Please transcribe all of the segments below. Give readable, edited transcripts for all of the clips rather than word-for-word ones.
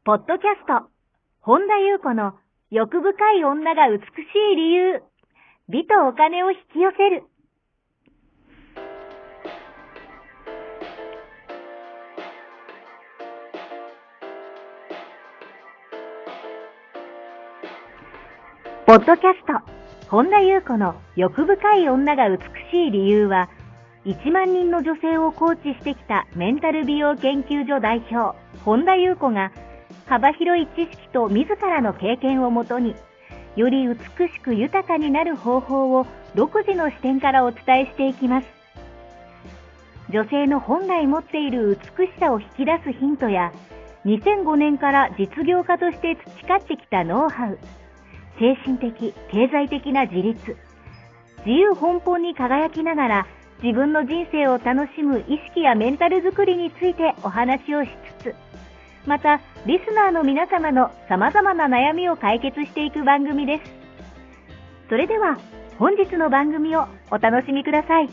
ポッドキャスト、本田裕子の欲深い女が美しい理由、美とお金を引き寄せる。ポッドキャスト、本田裕子の欲深い女が美しい理由は、1万人の女性をコーチしてきたメンタル美容研究所代表、本田裕子が、幅広い知識と自らの経験をもとに、より美しく豊かになる方法を独自の視点からお伝えしていきます。女性の本来持っている美しさを引き出すヒントや、2005年から実業家として培ってきたノウハウ、精神的、経済的な自立、自由奔放に輝きながら自分の人生を楽しむ意識やメンタルづくりについてお話をしつつ、またリスナーの皆様の様々な悩みを解決していく番組です。それでは本日の番組をお楽しみください。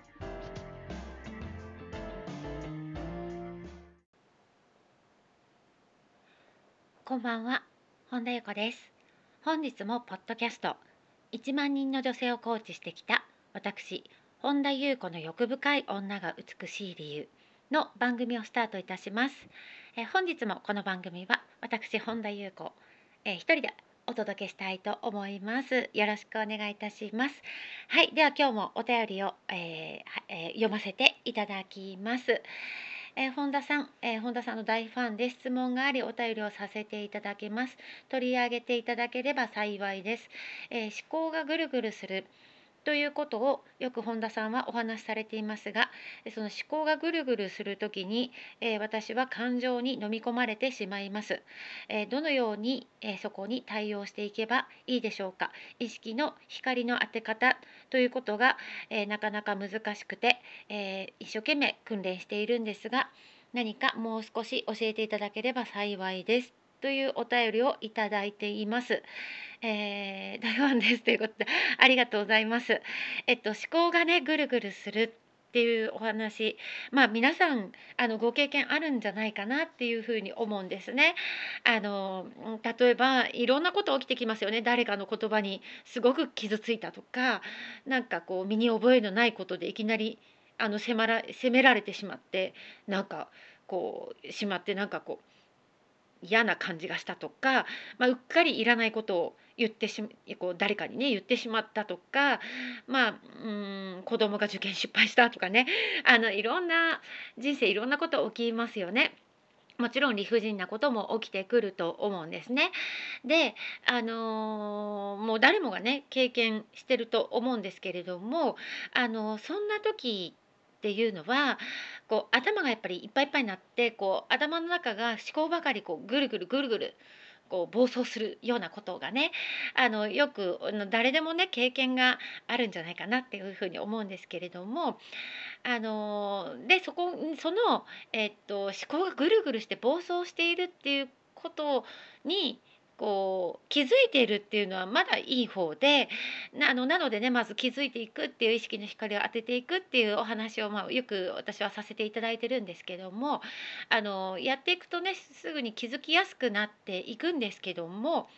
こんばんは、本田裕子です。本日もポッドキャスト1万人の女性をコーチしてきた私本田裕子の欲深い女が美しい理由の番組をスタートいたします。本日もこの番組は私本田裕子、一人でお届けしたいと思います。よろしくお願いいたします。はい、では今日もお便りを、読ませていただきます。本田さんの大ファンで質問がありお便りをさせていただきます。取り上げていただければ幸いです。思考がぐるぐるするということをよく本田さんはお話しされていますが、その思考がぐるぐるするときに、私は感情に飲み込まれてしまいます。どのように、そこに対応していけばいいでしょうか。意識の光の当て方ということが、なかなか難しくて、一生懸命訓練しているんですが、何かもう少し教えていただければ幸いですというお便りをいただいています。大ファンですということでありがとうございます。思考がねぐるぐるするっていうお話、皆さんご経験あるんじゃないかなっていうふうに思うんですね。例えばいろんなこと起きてきますよね。誰かの言葉にすごく傷ついたとか、なんかこう身に覚えのないことでいきなり責められてしまって、なんかなんかこう嫌な感じがしたとか、うっかりいらないことを誰かにね言ってしまったとか、子供が受験失敗したとかね、いろんな人生いろんなこと起きますよね。もちろん理不尽なことも起きてくると思うんですね。で、もう誰もがね経験してると思うんですけれども、そんな時っていうのは頭がやっぱりいっぱいいっぱいになって、頭の中が思考ばかりぐるぐるぐるぐる暴走するようなことがね、よく誰でもね経験があるんじゃないかなっていうふうに思うんですけれども、でその、思考がぐるぐるして暴走しているっていうことに気づいているっていうのはまだいい方で、なのでね、まず気づいていくっていう意識の光を当てていくっていうお話を、よく私はさせていただいてるんですけども、やっていくとねすぐに気づきやすくなっていくんですけども、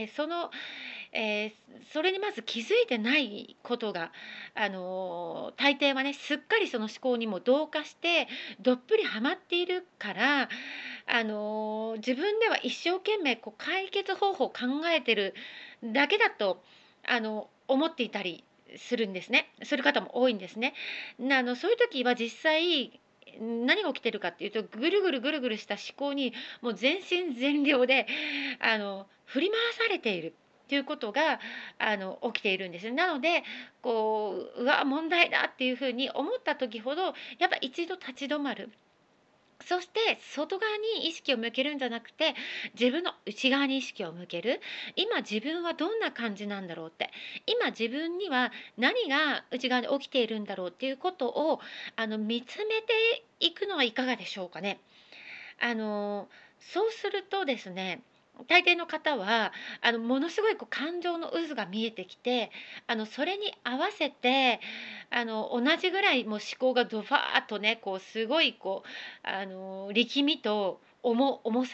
それにまず気づいてないことが、大抵はねすっかりその思考にも同化してどっぷりはまっているから、自分では一生懸命解決方法を考えてるだけだと思っていたりするんですね。する方も多いんですね。そういう時は実際何が起きてるかっていうと、ぐるぐるぐるぐるした思考にもう全身全霊で振り回されているっていうことが起きているんです。なのでうわ問題だっていうふうに思った時ほどやっぱ一度立ち止まる。そして外側に意識を向けるんじゃなくて、自分の内側に意識を向ける。今自分はどんな感じなんだろうって、今自分には何が内側に起きているんだろうっていうことを見つめていくのはいかがでしょうかね。そうするとですね、大抵の方はものすごい感情の渦が見えてきて、それに合わせて同じぐらいもう思考がドファーッとねすごい力みと重さ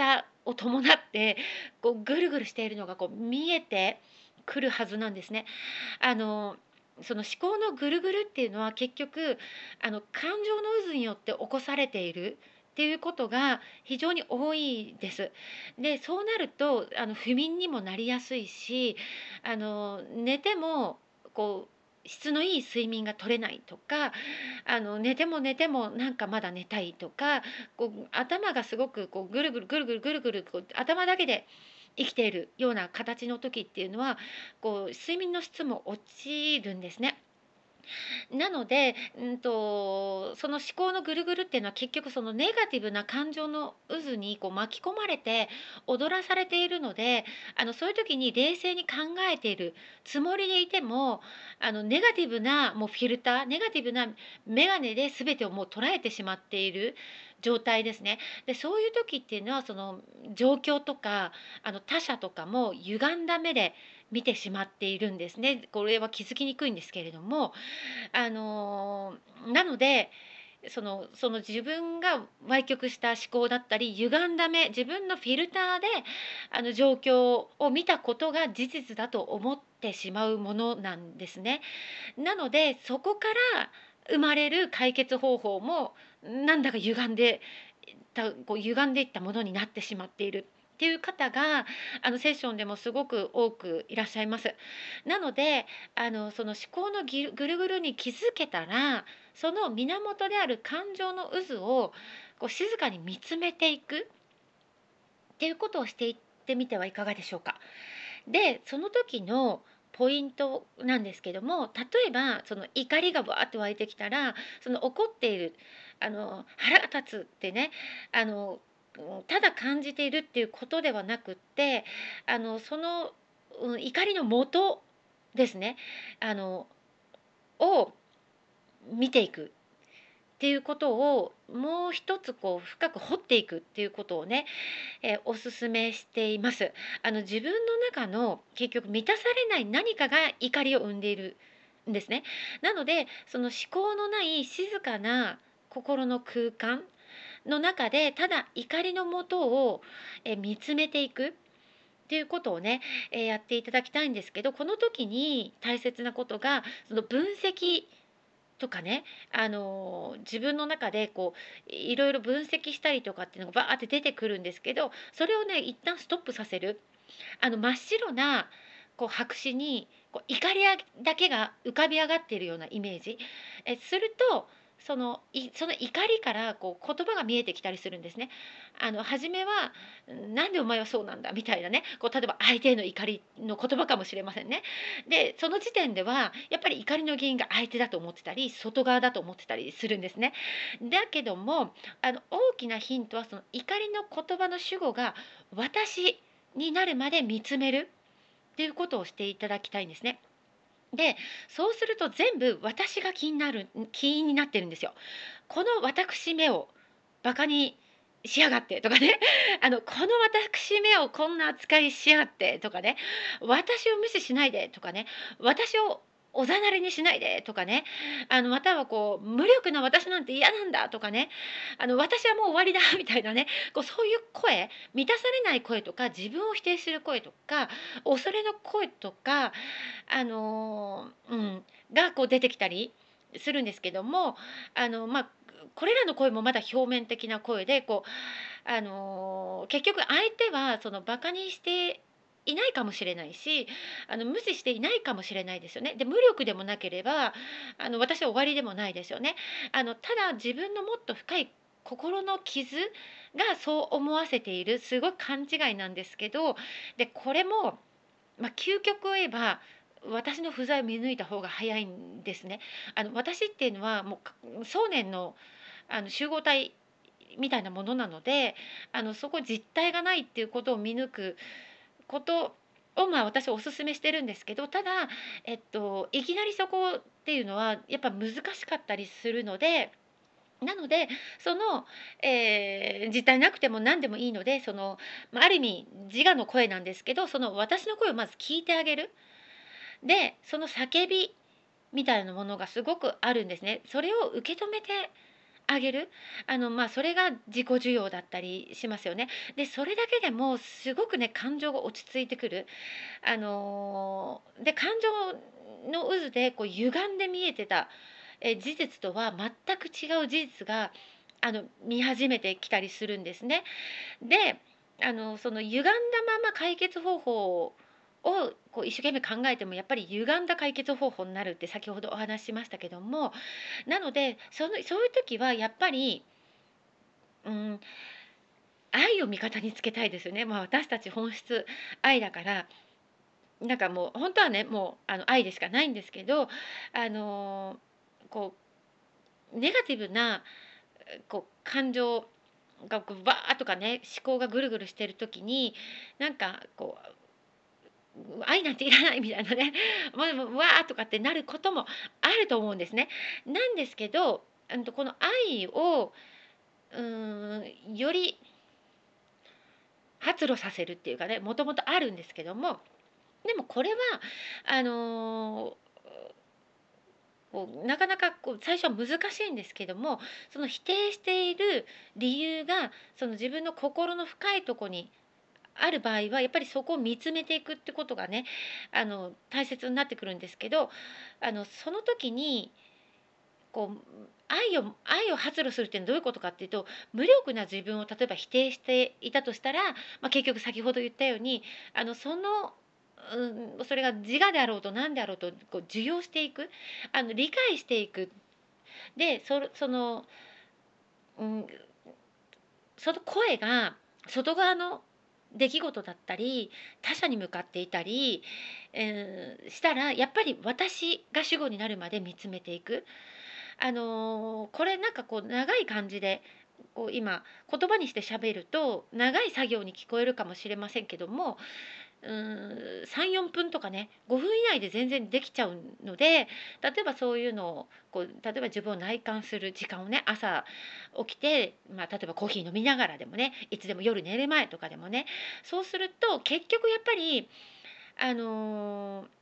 を伴ってこうぐるぐるしているのがこう見えてくるはずなんですね。あのその思考のぐるぐるっていうのは結局感情の渦によって起こされているっていうことが非常に多いです。で、そうなると不眠にもなりやすいし、寝てもこう質のいい睡眠が取れないとか、寝ても寝てもなんかまだ寝たいとか、こう頭がすごくこうぐるぐるぐるぐるぐるぐるこう頭だけで生きているような形の時っていうのはこう睡眠の質も落ちるんですね。なので、その思考のぐるぐるっていうのは結局そのネガティブな感情の渦にこう巻き込まれて踊らされているので、そういう時に冷静に考えているつもりでいても、ネガティブなもうフィルター、ネガティブな眼鏡で全てをもう捉えてしまっている状態ですね。で、そういう時っていうのはその状況とか他者とかも歪んだ目で見てしまっているんですね。これは気づきにくいんですけれども、なので、その自分が歪曲した思考だったり歪んだ目、自分のフィルターで状況を見たことが事実だと思ってしまうものなんですね。なのでそこから生まれる解決方法もなんだか歪んでいったものになってしまっているっていう方がセッションでもすごく多くいらっしゃいます。なのでその思考のぐるぐるに気づけたら、その源である感情の渦をこう静かに見つめていくっていうことをしていってみてはいかがでしょうか。で、その時のポイントなんですけども、例えばその怒りがわーって湧いてきたら、その怒っている、腹が立つってね、あのただ感じているっていうことではなくって、その、怒りの元ですね、あのを見ていくっていうことをもう一つこう深く掘っていくっていうことをね、お勧めしています。自分の中の結局満たされない何かが怒りを生んでいるんですね。なので、その思考のない静かな心の空間の中で、ただ怒りのもとを見つめていくっていうことをね、やっていただきたいんですけど、この時に大切なことが、その分析とかね、自分の中でこういろいろ分析したりとかっていうのがバーって出てくるんですけど、それをね一旦ストップさせる。真っ白なこう白紙にこう怒りだけが浮かび上がっているようなイメージ。するとその怒りからこう言葉が見えてきたりするんですね。初めは「なんでお前はそうなんだ」みたいなね、こう例えば相手への怒りの言葉かもしれませんね。で、その時点ではやっぱり怒りの原因が相手だと思ってたり外側だと思ってたりするんですね。だけども大きなヒントはその怒りの言葉の主語が私になるまで見つめるっていうことをしていただきたいんですね。で、そうすると全部私が起因になってるんですよ。この私めをバカにしやがってとかね、この私めをこんな扱いしやがってとかね、私を無視しないでとかね、私をおざなりにしないでとかね、またはこう無力な私なんて嫌なんだとかね、私はもう終わりだみたいなね、こうそういう声、満たされない声とか、自分を否定する声とか、恐れの声とか、がこう出てきたりするんですけども、これらの声もまだ表面的な声で、結局相手はそのバカにしていないかもしれないし、無視していないかもしれないですよね。で、無力でもなければ、私は終わりでもないですよね。ただ自分のもっと深い心の傷がそう思わせているすごい勘違いなんですけど、で、これも究極を言えば、私の不在を見抜いた方が早いんですね。私っていうのはもう想念の集合体みたいなものなので、そこ実体がないっていうことを見抜くことを私はお勧めしてるんですけど、ただ、いきなりそこっていうのはやっぱ難しかったりするので、なので、その、実体なくても何でもいいので、ある意味自我の声なんですけど、その私の声をまず聞いてあげる。で、その叫びみたいなものがすごくあるんですね。それを受け止めてあげる、それが自己需要だったりしますよね。で、それだけでもすごくね、感情が落ち着いてくる。で、感情の渦でこう歪んで見えてた、事実とは全く違う事実が、見始めてきたりするんですね。で、その歪んだまま解決方法をこう一生懸命考えてもやっぱり歪んだ解決方法になるって先ほどお話ししましたけども、なので、そういう時はやっぱり、うん、愛を味方につけたいですよね。私たち本質愛だから、なんかもう本当はね、もう愛でしかないんですけど、あの、こネガティブなこう感情がこうバーッとかね、思考がぐるぐるしてる時に、なんかこう愛なんていらないみたいなね、もうわーとかってなることもあると思うんですね。なんですけど、この愛をより発露させるっていうかね、もともとあるんですけども、でもこれはあのなかなか最初は難しいんですけども、その否定している理由がその自分の心の深いところにある場合はやっぱりそこを見つめていくってことがね、大切になってくるんですけど、その時に愛を発露するっていうのはどういうことかっていうと、無力な自分を例えば否定していたとしたら、結局先ほど言ったようにそれが自我であろうと何であろうと受容していく、理解していく。でうん、その声が外側の出来事だったり他者に向かっていたり、したらやっぱり私が主語になるまで見つめていく。これなんか長い感じで今言葉にして喋ると長い作業に聞こえるかもしれませんけども、3、4分とかね、5分以内で全然できちゃうので、例えばそういうのを例えば自分を内観する時間をね、朝起きて、例えばコーヒー飲みながらでもね、いつでも夜寝る前とかでもね、そうすると結局やっぱりあのー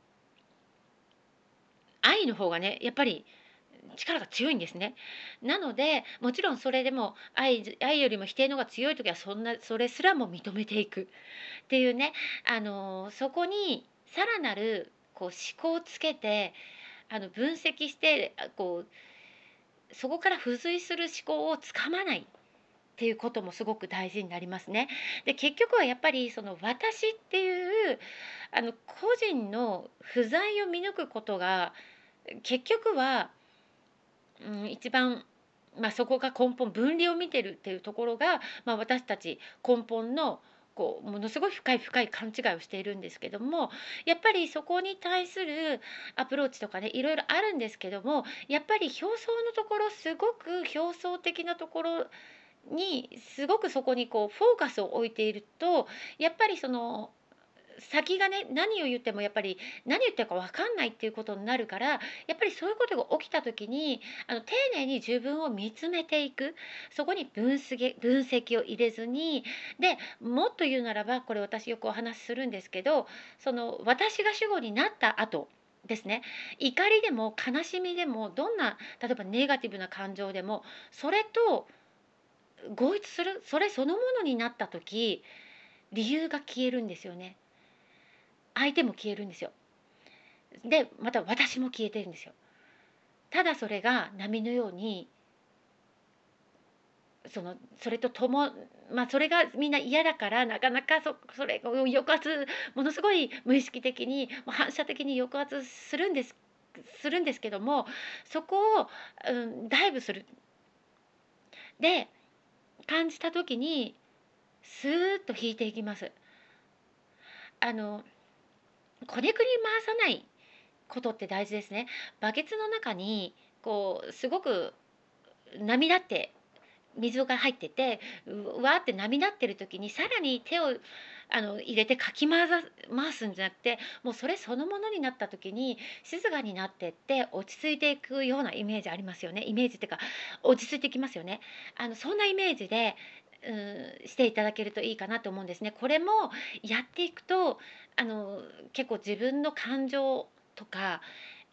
愛の方がね、やっぱり力が強いんですね。なので、もちろんそれでも愛よりも否定の方が強い時はそれすらも認めていくっていうね、そこにさらなる思考をつけて分析して、そこから付随する思考をつかまないっていうこともすごく大事になりますね。で、結局はやっぱりその私っていう個人の不在を見抜くことが結局は一番、そこが根本分離を見てるっていうところが、私たち根本のものすごい深い深い勘違いをしているんですけども、やっぱりそこに対するアプローチとかね、いろいろあるんですけども、やっぱり表層のところ、すごく表層的なところにすごくそこにフォーカスを置いていると、やっぱりその先がね、何を言ってもやっぱり何言ってるか分かんないっていうことになるから、やっぱりそういうことが起きた時に丁寧に自分を見つめていく、そこに分析を入れずに、でもっと言うならば、これ私よくお話しするんですけど、その私が主語になった後ですね、怒りでも悲しみでもどんな例えばネガティブな感情でもそれと合一する、それそのものになった時、理由が消えるんですよね。相手も消えるんですよ。で、また私も消えてるんですよ。ただそれが波のように、それととも、それがみんな嫌だから、なかなかそれを抑圧、ものすごい無意識的に、反射的に抑圧するんですけども、そこを、ダイブする。で、感じた時に、スーッと引いていきます。あの、こねくり回さないことって大事ですね。バケツの中にすごく波立って水が入ってて、わーって波立ってる時にさらに手を入れてかき回すんじゃなくて、もうそれそのものになった時に静かになってって落ち着いていくようなイメージありますよね。イメージっていうか落ち着いてきますよね。そんなイメージでしていただけるといいかなと思うんですね。これもやっていくとあの結構自分の感情とか、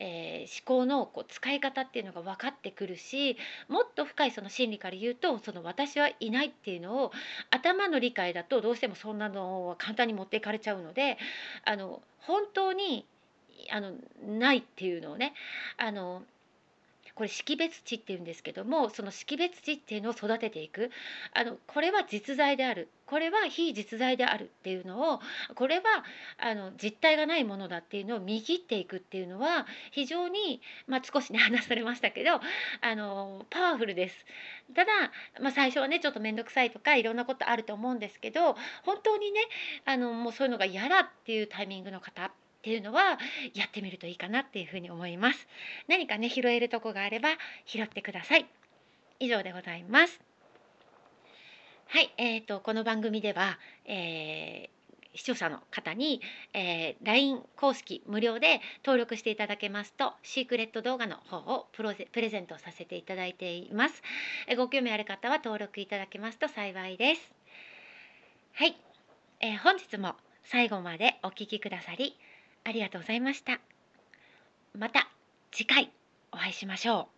考の使い方っていうのが分かってくるし、もっと深いその心理から言うと、その私はいないっていうのを頭の理解だとどうしてもそんなのは簡単に持っていかれちゃうので、本当にないっていうのをね、これ識別値っていうんですけども、その識別値っていうのを育てていく。これは実在である、これは非実在であるっていうのを、これは実体がないものだっていうのを見切っていくっていうのは非常に、少しね話されましたけど、パワフルです。ただ、最初はねちょっと面倒くさいとかいろんなことあると思うんですけど、本当にねもうそういうのが嫌だっていうタイミングの方っていうのはやってみるといいかなっていうふうに思います。何かね拾えるとこがあれば拾ってください。以上でございます。はい、この番組では、視聴者の方に、LINE 公式無料で登録していただけますとシークレット動画の方をプレゼントさせていただいています。ご興味ある方は登録いただけますと幸いです。はい、本日も最後までお聞きくださりありがとうございました。また次回お会いしましょう。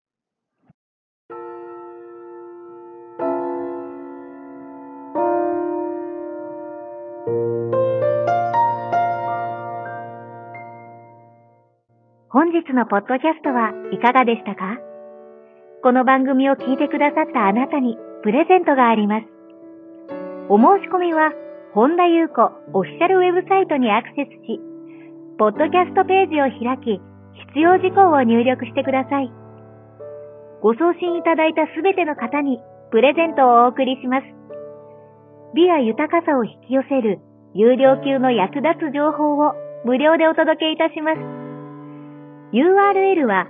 本日のポッドキャストはいかがでしたか？この番組を聞いてくださったあなたにプレゼントがあります。お申し込みは本田裕子オフィシャルウェブサイトにアクセスし、ポッドキャストページを開き、必要事項を入力してください。ご送信いただいたすべての方にプレゼントをお送りします。美や豊かさを引き寄せる有料級の役立つ情報を無料でお届けいたします。URL は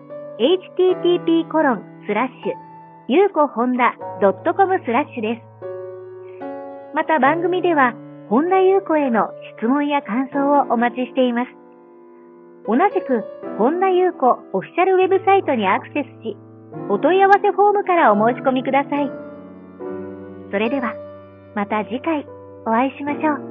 http://yukohonda.com/ です。また番組では本田裕子への質問や感想をお待ちしています。同じく本田裕子オフィシャルウェブサイトにアクセスし、お問い合わせフォームからお申し込みください。それではまた次回お会いしましょう。